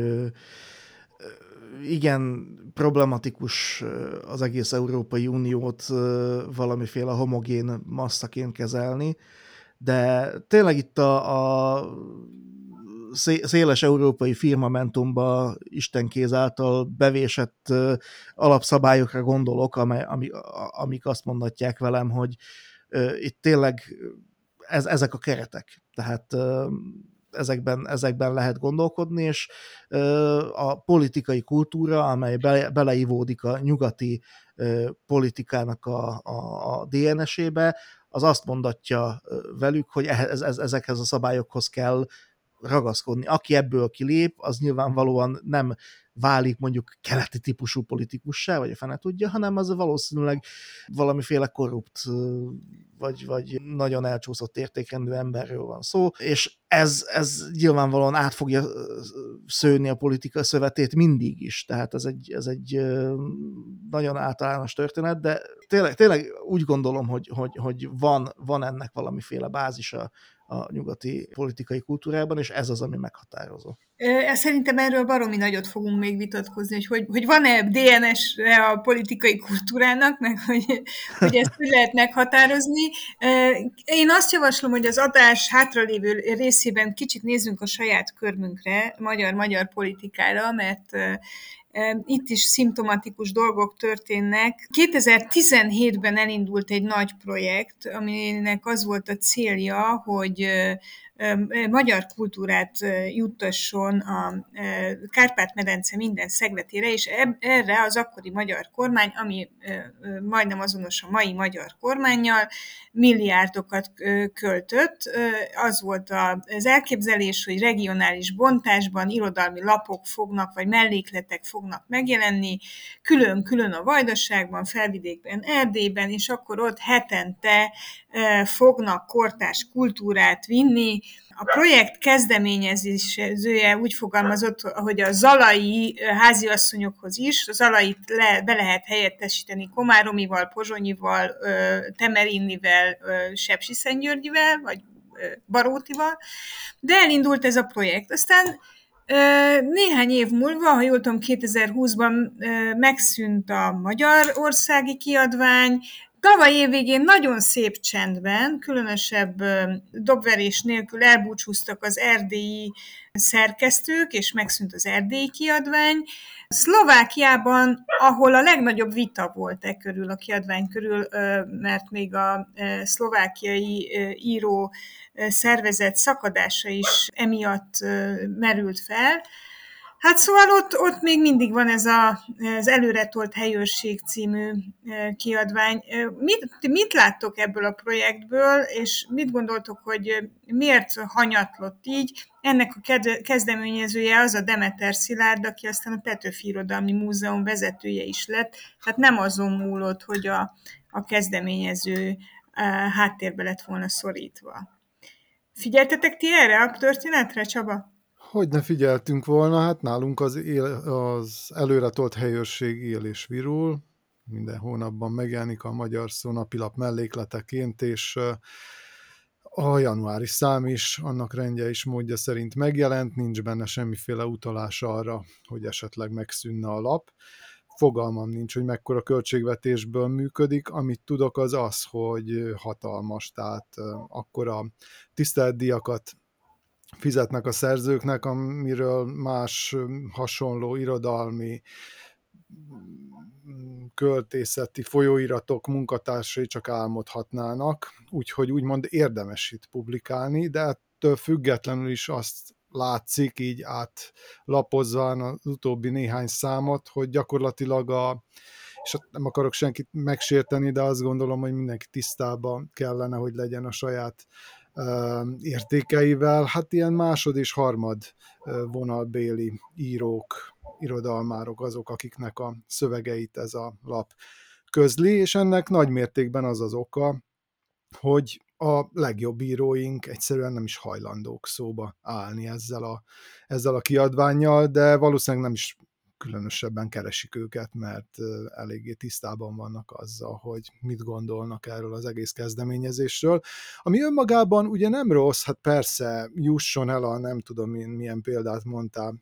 igen, problematikus az egész Európai Uniót valamiféle homogén masszaként kezelni, de tényleg itt a, a széles európai firmamentumba istenkéz által bevésett alapszabályokra gondolok, amely, amik azt mondatják velem, hogy itt tényleg ez, ezek a keretek. Tehát Ezekben, ezekben lehet gondolkodni, és a politikai kultúra, amely bele, beleivódik a nyugati politikának a, a, a dé en es-ébe, az azt mondatja velük, hogy ez, ez, ezekhez a szabályokhoz kell ragaszkodni. Aki ebből kilép, az nyilvánvalóan nem válik mondjuk keleti típusú politikussá, vagy a fene tudja, hanem az valószínűleg valamiféle korrupt, vagy, vagy nagyon elcsúszott értékrendű emberről van szó, és ez, ez nyilvánvalóan át fogja szőni a politika szövetét mindig is, tehát ez egy, ez egy nagyon általános történet, de tényleg, tényleg úgy gondolom, hogy, hogy, hogy van, van ennek valamiféle bázisa a nyugati politikai kultúrában, és ez az, ami meghatározó. Szerintem erről baromi nagyot fogunk még vitatkozni, hogy, hogy, hogy van-e dé en es-re a politikai kultúrának, meg hogy, hogy ezt hogy lehet meghatározni. Én azt javaslom, hogy az adás hátralévő részében kicsit nézzünk a saját körmünkre, magyar-magyar politikára, mert Itt is szimptomatikus dolgok történnek. kétezer-tizenhétben elindult egy nagy projekt, aminek az volt a célja, hogy magyar kultúrát juttasson a Kárpát-medence minden szegletére, és erre az akkori magyar kormány, ami majdnem azonos a mai magyar kormánnyal, milliárdokat költött. Az volt az elképzelés, hogy regionális bontásban irodalmi lapok fognak, vagy mellékletek fognak megjelenni, külön-külön a Vajdaságban, Felvidékben, Erdélyben, és akkor ott hetente fognak kortárs kultúrát vinni. A projekt kezdeményezője úgy fogalmazott, hogy a zalai háziasszonyokhoz is, a zalait le, be lehet helyettesíteni Komáromival, Pozsonyival, Temerinnivel, Sepsiszentgyörgyivel, vagy Barótival, de elindult ez a projekt. Aztán néhány év múlva, ha jól tudom, kétezer-húszban megszűnt a magyarországi kiadvány. Tavaly év végén nagyon szép csendben, különösebb dobverés nélkül elbúcsúztak az erdélyi szerkesztők, és megszűnt az erdélyi kiadvány. Szlovákiában, ahol a legnagyobb vita volt e körül, a kiadvány körül, mert még a szlovákiai író szervezet szakadása is emiatt merült fel. Hát szóval ott, ott még mindig van ez a, az Előretolt helyőrség című kiadvány. Mit, mit láttok ebből a projektből, és mit gondoltok, hogy miért hanyatlott így? Ennek a kezdeményezője az a Demeter Szilárd, aki aztán a Petőfi Irodalmi Múzeum vezetője is lett. Tehát nem azon múlott, hogy a, a kezdeményező háttérbe lett volna szorítva. Figyeltetek ti erre a történetre, Csaba? Hogy ne figyeltünk volna, hát nálunk az, él, az Előretolt helyőrség él és virul, minden hónapban megjelenik a Magyar Szó napilap mellékleteként, és a januári szám is, annak rendje és módja szerint megjelent, nincs benne semmiféle utalás arra, hogy esetleg megszűnne a lap. Fogalmam nincs, hogy mekkora költségvetésből működik, amit tudok az az, hogy hatalmas, tehát akkora tiszteletdíjakat fizetnek a szerzőknek, amiről más hasonló irodalmi, költészeti folyóiratok munkatársai csak álmodhatnának, úgyhogy úgymond érdemes itt publikálni, de ettől függetlenül is azt látszik, így átlapozván az utóbbi néhány számot, hogy gyakorlatilag a, és nem akarok senkit megsérteni, de azt gondolom, hogy mindenki tisztában kellene, hogy legyen a saját értékeivel, hát ilyen másod és harmad vonalbéli írók, irodalmárok azok, akiknek a szövegeit ez a lap közli, és ennek nagy mértékben az az oka, hogy a legjobb íróink egyszerűen nem is hajlandók szóba állni ezzel a, ezzel a kiadvánnyal, de valószínűleg nem is különösebben keresik őket, mert eléggé tisztában vannak azzal, hogy mit gondolnak erről az egész kezdeményezésről. Ami önmagában ugye nem rossz, hát persze jusson el a, nem tudom én milyen példát mondtál,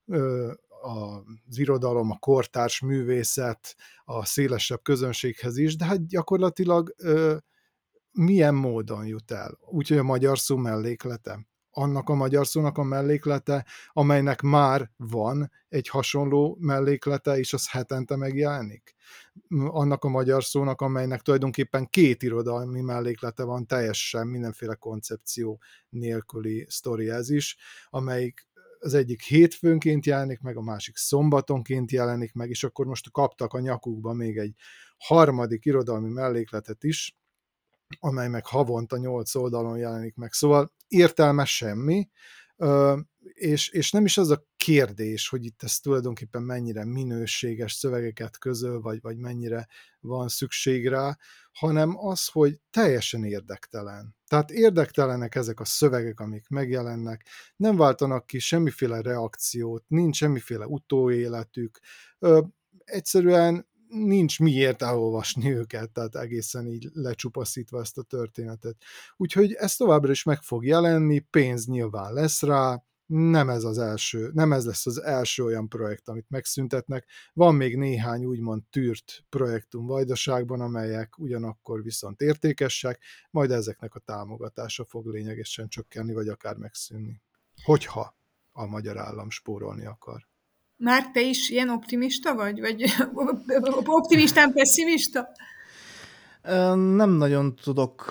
az irodalom, a kortárs művészet, a szélesebb közönséghez is, de hát gyakorlatilag milyen módon jut el? Úgyhogy a Magyar Szó melléklete. Annak a Magyar Szónak a melléklete, amelynek már van egy hasonló melléklete, és az hetente megjelenik. Annak a Magyar Szónak, amelynek tulajdonképpen két irodalmi melléklete van, teljesen mindenféle koncepció nélküli sztori ez is, amelyik az egyik hétfőnként jelenik meg, a másik szombatonként jelenik meg, és akkor most kaptak a nyakukba még egy harmadik irodalmi mellékletet is, amely meg havonta nyolc oldalon jelenik meg. Szóval értelme semmi, és, és nem is az a kérdés, hogy itt ez tulajdonképpen mennyire minőséges szövegeket közöl, vagy, vagy mennyire van szükség rá, hanem az, hogy teljesen érdektelen. Tehát érdektelenek ezek a szövegek, amik megjelennek, nem váltanak ki semmiféle reakciót, nincs semmiféle utóéletük, egyszerűen nincs miért elolvasni őket, tehát egészen így lecsupaszítva ezt a történetet. Úgyhogy ez továbbra is meg fog jelenni, pénz nyilván lesz rá, nem ez az első, nem ez lesz az első olyan projekt, amit megszüntetnek. Van még néhány úgymond tűrt projektum Vajdaságban, amelyek ugyanakkor viszont értékesek, majd ezeknek a támogatása fog lényegesen csökkenni, vagy akár megszűnni. Hogyha a magyar állam spórolni akar. Már te is ilyen optimista vagy? Vagy optimistán pessimista? Nem nagyon tudok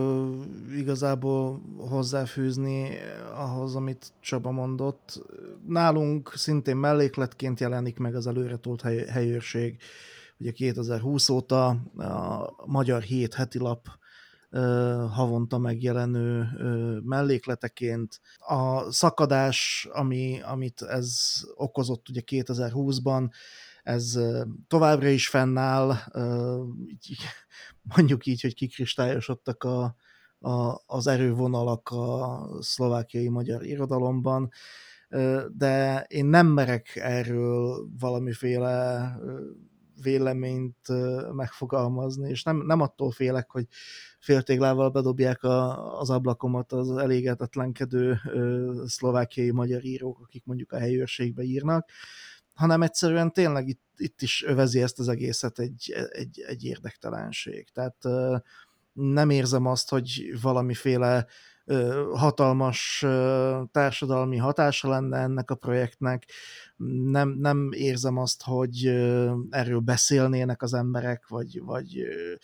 igazából hozzáfűzni ahhoz, amit Csaba mondott. Nálunk szintén mellékletként jelenik meg az előretolt hely, helyőrség. Ugye kétezer-húsz óta a Magyar Hét heti lap havonta megjelenő mellékleteként. A szakadás, ami, amit ez okozott ugye kétezer-húszban, ez továbbra is fennáll, mondjuk így, hogy kikristályosodtak a, a, az erővonalak a szlovákiai magyar irodalomban, de én nem merek erről valamiféle véleményt megfogalmazni, és nem, nem attól félek, hogy féltéglával bedobják a, az ablakomat az elégetetlenkedő szlovákiai magyar írók, akik mondjuk a helyőrségbe írnak, hanem egyszerűen tényleg itt, itt is övezi ezt az egészet egy, egy, egy érdektelenség. Tehát nem érzem azt, hogy valamiféle hatalmas társadalmi hatása lenne ennek a projektnek. Nem, nem érzem azt, hogy erről beszélnének az emberek, vagy, vagy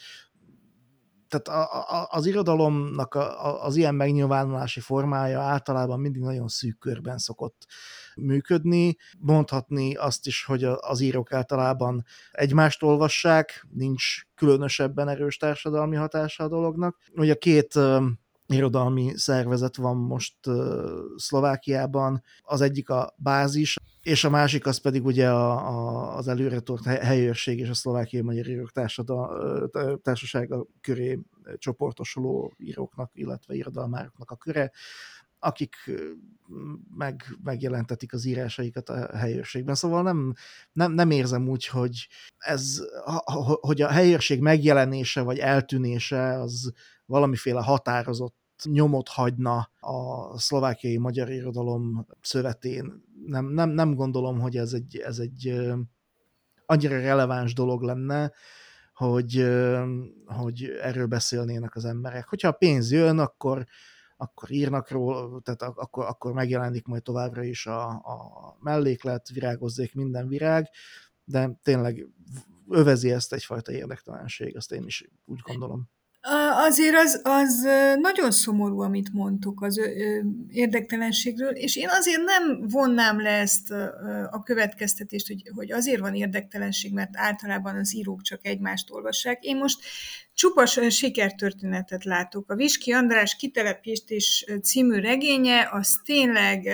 tehát a, a, az irodalomnak a, a, az ilyen megnyilvánulási formája általában mindig nagyon szűk körben szokott működni. Mondhatni azt is, hogy az írók általában egymást olvassák, nincs különösebben erős társadalmi hatása a dolognak. Ugye két uh, irodalmi szervezet van most uh, Szlovákiában, az egyik a Bázis, és a másik az pedig ugye a, a, az előretort helyőrség és a szlovákiai magyar írók társasága köré csoportosuló íróknak, illetve irodalmároknak a köre, akik meg, megjelentetik az írásaikat a helyőrségben. Szóval nem, nem, nem érzem úgy, hogy, ez, hogy a helyőrség megjelenése vagy eltűnése az valamiféle határozott nyomot hagyna a szlovákiai magyar irodalom szövetén. Nem, nem, nem gondolom, hogy ez egy, ez egy annyira releváns dolog lenne, hogy, hogy erről beszélnének az emberek. Hogyha a pénz jön, akkor, akkor írnak róla, tehát akkor, akkor megjelenik majd továbbra is a, a melléklet, virágozzék minden virág, de tényleg övezi ezt egyfajta érdektelenség, azt én is úgy gondolom. Azért az, az nagyon szomorú, amit mondtuk az érdektelenségről, és én azért nem vonnám le ezt a következtetést, hogy, hogy azért van érdektelenség, mert általában az írók csak egymást olvassák. Én most csupas sikertörténetet látok. A Viski András Kitelepítés című regénye, az tényleg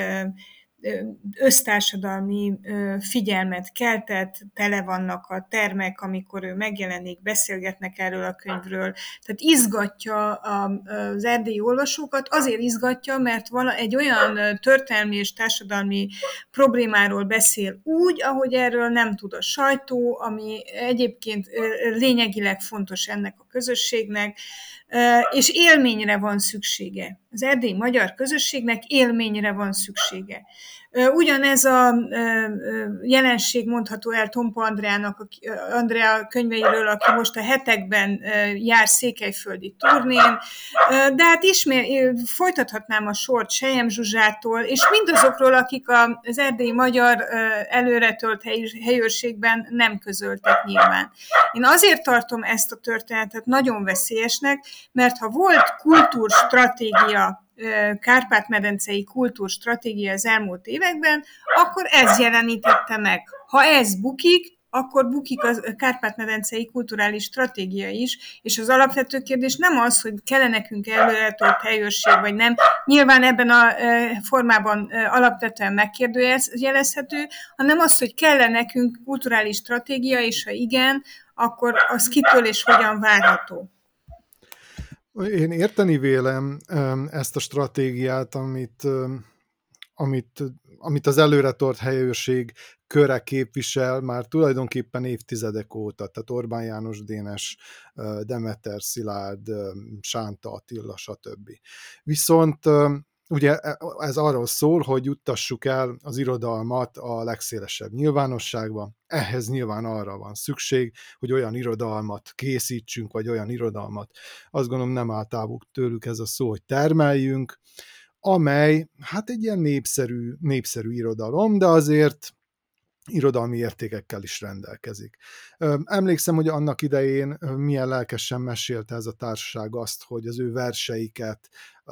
össztársadalmi figyelmet keltett, tele vannak a termek, amikor ő megjelenik, beszélgetnek erről a könyvről. Tehát izgatja az erdélyi olvasókat, azért izgatja, mert vala egy olyan történelmi és társadalmi problémáról beszél úgy, ahogy erről nem tud a sajtó, ami egyébként lényegileg fontos ennek a közösségnek, és élményre van szüksége. Az erdélyi magyar közösségnek élményre van szüksége. Ugyanez a jelenség mondható el Tompa Andreának, Andrea könyveiről, aki most a hetekben jár székelyföldi turnén, de hát ismét folytathatnám a sort Sejem Zsuzsától, és mindazokról, akik az erdélyi magyar előretölt helyőrségben nem közöltek nyilván. Én azért tartom ezt a történetet nagyon veszélyesnek, mert ha volt kultúrstratégia, Kárpát-medencei kultúrstratégia az elmúlt években, akkor ez jelenítette meg. Ha ez bukik, akkor bukik a Kárpát-medencei kulturális stratégia is, és az alapvető kérdés nem az, hogy kell nekünk előretolt helyőrség, vagy nem. Nyilván ebben a formában alapvetően megkérdőjelezhető, hanem az, hogy kell nekünk kulturális stratégia, és ha igen, akkor az kitől és hogyan várható. Én érteni vélem ezt a stratégiát, amit, amit, amit az előretort helyőrség köre képvisel már tulajdonképpen évtizedek óta, tehát Orbán János Dénes, Demeter Szilárd, Sánta Attila, stb. Viszont ugye ez arról szól, hogy juttassuk el az irodalmat a legszélesebb nyilvánosságba. Ehhez nyilván arra van szükség, hogy olyan irodalmat készítsünk, vagy olyan irodalmat, azt gondolom nem áll távuk tőlük ez a szó, hogy termeljünk, amely hát egy ilyen népszerű, népszerű irodalom, de azért irodalmi értékekkel is rendelkezik. Emlékszem, hogy annak idején milyen lelkesen mesélte ez a társaság azt, hogy az ő verseiket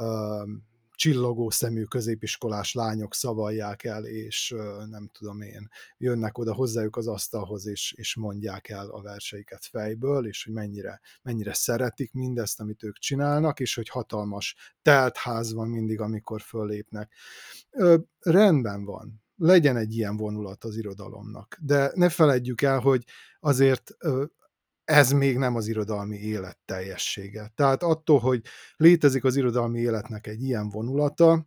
csillogó szemű középiskolás lányok szavalják el, és nem tudom én, jönnek oda hozzájuk az asztalhoz, és, és mondják el a verseiket fejből, és hogy mennyire, mennyire szeretik mindezt, amit ők csinálnak, és hogy hatalmas teltház van mindig, amikor föllépnek. Ö, rendben van, legyen egy ilyen vonulat az irodalomnak, de ne feledjük el, hogy azért ö, ez még nem az irodalmi élet teljessége. Tehát attól, hogy létezik az irodalmi életnek egy ilyen vonulata,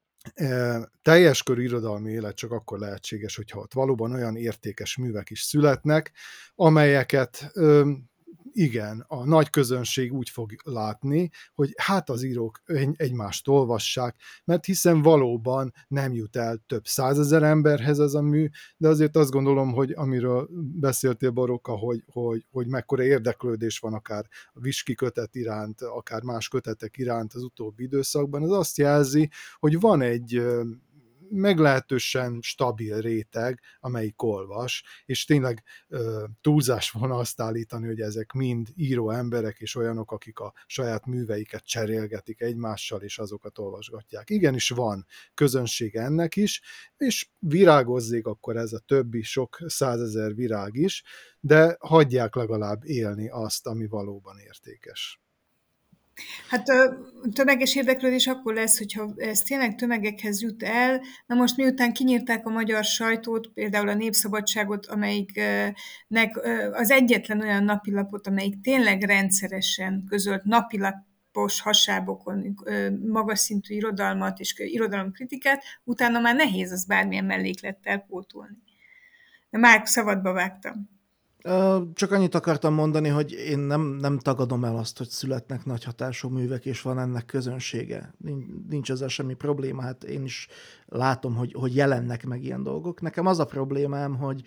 teljes körű irodalmi élet csak akkor lehetséges, hogyha ott valóban olyan értékes művek is születnek, amelyeket igen, a nagy közönség úgy fog látni, hogy hát az írók egymást olvassák, mert hiszen valóban nem jut el több százezer emberhez ez a mű, de azért azt gondolom, hogy amiről beszéltél, Baroka, hogy, hogy, hogy mekkora érdeklődés van akár a Viski kötet iránt, akár más kötetek iránt az utóbbi időszakban, az azt jelzi, hogy van egy meglehetősen stabil réteg, amelyik olvas, és tényleg ö, túlzás volna azt állítani, hogy ezek mind író emberek, és olyanok, akik a saját műveiket cserélgetik egymással, és azokat olvasgatják. Igenis van közönsége ennek is, és virágozzék akkor ez a többi sok százezer virág is, de hagyják legalább élni azt, ami valóban értékes. Hát a tömeges érdeklődés akkor lesz, hogyha ez tényleg tömegekhez jut el. Na most miután kinyírták a magyar sajtót, például a Népszabadságot, amelyiknek az egyetlen olyan napilapot, amelyik tényleg rendszeresen közölt napilapos hasábokon magas szintű irodalmat és irodalomkritikát, utána már nehéz az bármilyen melléklettel pótolni. De már szabadba vágtam. Csak annyit akartam mondani, hogy én nem, nem tagadom el azt, hogy születnek nagy hatású művek, és van ennek közönsége. Nincs ezzel semmi probléma, hát én is látom, hogy, hogy jelennek meg ilyen dolgok. Nekem az a problémám, hogy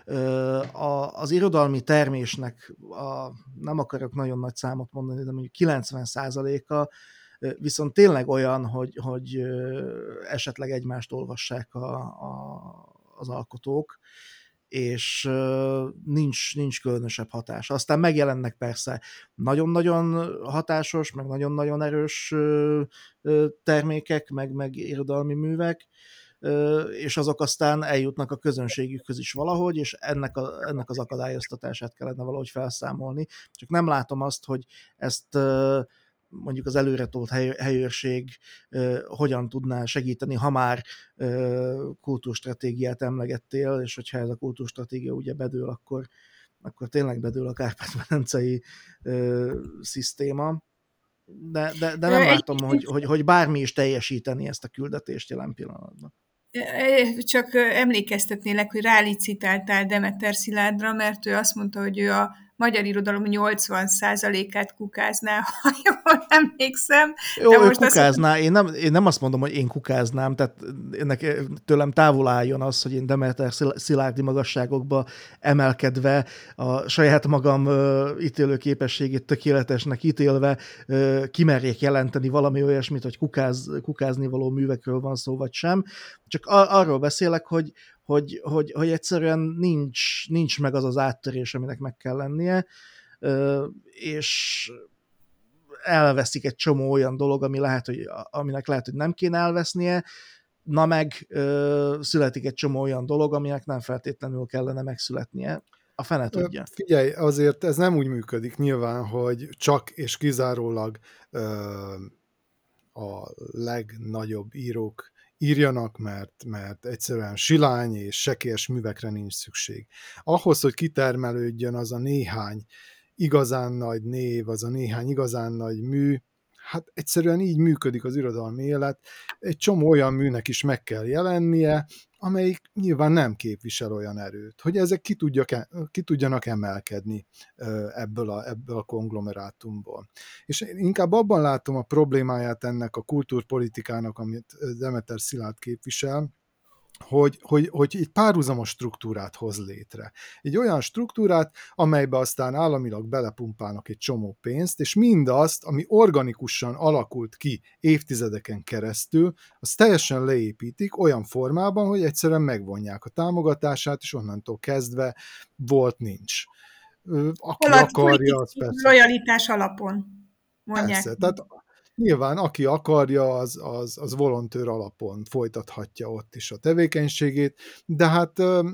az irodalmi termésnek, a, nem akarok nagyon nagy számot mondani, de mondjuk kilencven százaléka viszont tényleg olyan, hogy, hogy esetleg egymást olvassák a, a, az alkotók, és nincs, nincs különösebb hatás. Aztán megjelennek persze nagyon-nagyon hatásos, meg nagyon-nagyon erős termékek, meg, meg irodalmi művek, és azok aztán eljutnak a közönségükhöz is valahogy, és ennek, a, ennek az akadályoztatását kellene valahogy felszámolni. Csak nem látom azt, hogy ezt mondjuk az előretolt hely, helyőrség uh, hogyan tudná segíteni, ha már uh, kultúrstratégiát emlegettél, és hogyha ez a kultúrstratégia ugye bedől, akkor, akkor tényleg bedől a Kárpát-medencei uh, szisztéma. De, de, de nem látom, hogy, hogy, hogy bármi is teljesíteni ezt a küldetést jelen pillanatban. Csak emlékeztetnélek, hogy rálicitáltál Demeter Szilárdra, mert ő azt mondta, hogy ő a magyar irodalom nyolcvan százalékát kukázná, ha jól emlékszem. Jó, ő kukázná, azt... én, nem, én nem azt mondom, hogy én kukáznám, tehát ennek tőlem távol álljon az, hogy én Demeter Szilárdi magasságokba emelkedve, a saját magam uh, ítélő képességét tökéletesnek ítélve uh, kimerjék jelenteni valami olyasmit, hogy kukáz, kukázni való művekről van szó, vagy sem. Csak ar- arról beszélek, hogy Hogy, hogy, hogy egyszerűen nincs, nincs meg az az áttörés, aminek meg kell lennie, és elveszik egy csomó olyan dolog, ami lehet, hogy, aminek lehet, hogy nem kéne elvesznie, na meg születik egy csomó olyan dolog, aminek nem feltétlenül kellene megszületnie. A fene tudja. Figyelj, azért ez nem úgy működik nyilván, hogy csak és kizárólag a legnagyobb írók írjanak, mert, mert egyszerűen silány és sekélyes művekre nincs szükség. Ahhoz, hogy kitermelődjön az a néhány igazán nagy név, az a néhány igazán nagy mű, hát egyszerűen így működik az irodalmi élet. Egy csomó olyan műnek is meg kell jelennie, amelyik nyilván nem képvisel olyan erőt, hogy ezek ki, tudjak, ki tudjanak emelkedni ebből a, ebből a konglomerátumból. És én inkább abban látom a problémáját ennek a kultúrpolitikának, amit Demeter Szilárd képvisel, hogy, hogy, hogy egy párhuzamos struktúrát hoz létre. Egy olyan struktúrát, amelybe aztán államilag belepumpálnak egy csomó pénzt, és mindazt, ami organikusan alakult ki évtizedeken keresztül, azt teljesen leépítik olyan formában, hogy egyszerűen megvonják a támogatását, és onnantól kezdve volt nincs. Aki Hol akarja, az persze. Lojalitás alapon mondják. Persze, tehát nyilván, aki akarja, az, az, az volontőr alapon folytathatja ott is a tevékenységét, de hát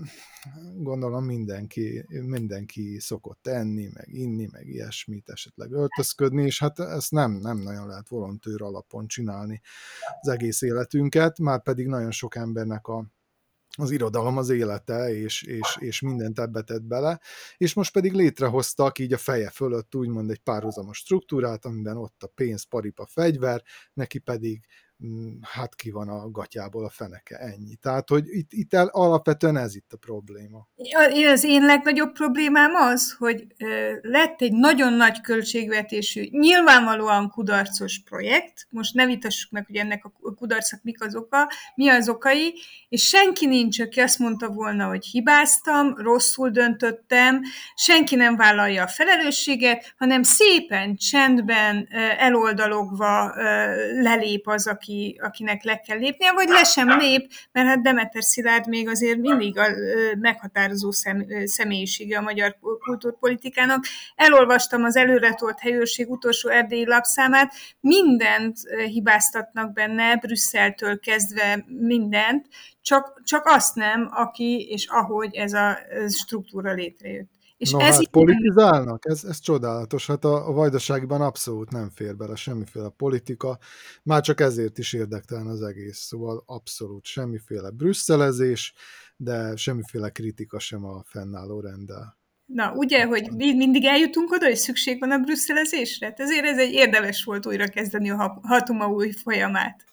gondolom mindenki, mindenki szokott enni, meg inni, meg ilyesmit, esetleg öltözködni, és hát ezt nem, nem nagyon lehet volontőr alapon csinálni az egész életünket, már pedig nagyon sok embernek a az irodalom az élete, és, és, és mindent ebbe tett bele, és most pedig létrehoztak így a feje fölött úgymond egy párhuzamos struktúrát, amiben ott a pénz, paripa, fegyver, neki pedig hát ki van a gatyából a feneke, ennyi. Tehát, hogy itt, itt el, alapvetően ez itt a probléma. Az én legnagyobb problémám az, hogy lett egy nagyon nagy költségvetésű, nyilvánvalóan kudarcos projekt, most ne vitassuk meg, hogy ennek a kudarcnak mik az oka, mi az okai, és senki nincs, aki azt mondta volna, hogy hibáztam, rosszul döntöttem, senki nem vállalja a felelősséget, hanem szépen, csendben, eloldalogva lelép az, aki, akinek le kell lépnie, vagy le sem lép, mert hát Demeter Szilárd még azért mindig a meghatározó szem, személyisége a magyar kultúrpolitikának. Elolvastam az előretolt helyőrség utolsó erdélyi lapszámát, mindent hibáztatnak benne, Brüsszeltől kezdve mindent, csak, csak azt nem, aki és ahogy ez a struktúra létrejött. És no, ez hát politizálnak? Ez, ez csodálatos. Hát a, a Vajdaságban abszolút nem fér bele semmiféle politika, már csak ezért is érdektelen az egész. Szóval abszolút semmiféle brüsszelezés, de semmiféle kritika sem a fennálló renddel. Na, ugye, hogy mindig eljutunk oda, hogy szükség van a brüsszelezésre? Ezért ez egy érdemes volt újra kezdeni a Hatuma új folyamát.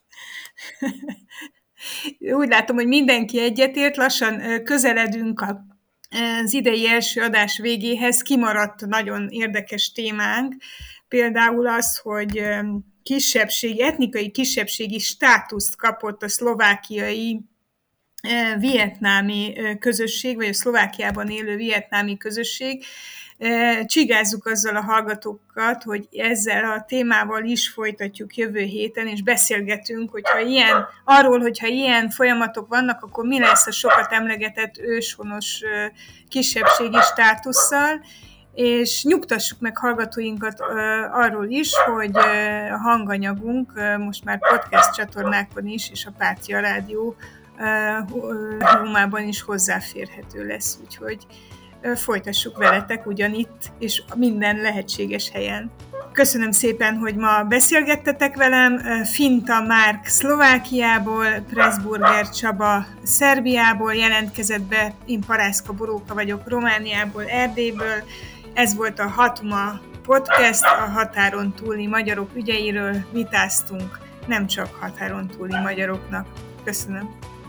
Úgy látom, hogy mindenki egyetért, lassan közeledünk a az idei első adás végéhez. Kimaradt nagyon érdekes témánk, például az, hogy kisebbségi, etnikai kisebbségi státuszt kapott a szlovákiai vietnámi közösség, vagy a Szlovákiában élő vietnámi közösség. Csigázzuk azzal a hallgatókat, hogy ezzel a témával is folytatjuk jövő héten, és beszélgetünk, hogyha ilyen, arról, hogyha ilyen folyamatok vannak, akkor mi lesz a sokat emlegetett őshonos kisebbségi státusszal, és nyugtassuk meg hallgatóinkat arról is, hogy a hanganyagunk most már podcast csatornákon is, és a Pátia Rádió Humában is hozzáférhető lesz, úgyhogy folytassuk veletek ugyanitt, és minden lehetséges helyen. Köszönöm szépen, hogy ma beszélgettetek velem. Finta Márk Szlovákiából, Pressburger Csaba Szerbiából jelentkezett be, én Parászka Boróka vagyok Romániából, Erdélyből. Ez volt a Hatuma Podcast, a határon túli magyarok ügyeiről vitáztunk, nem csak határon túli magyaroknak. Köszönöm.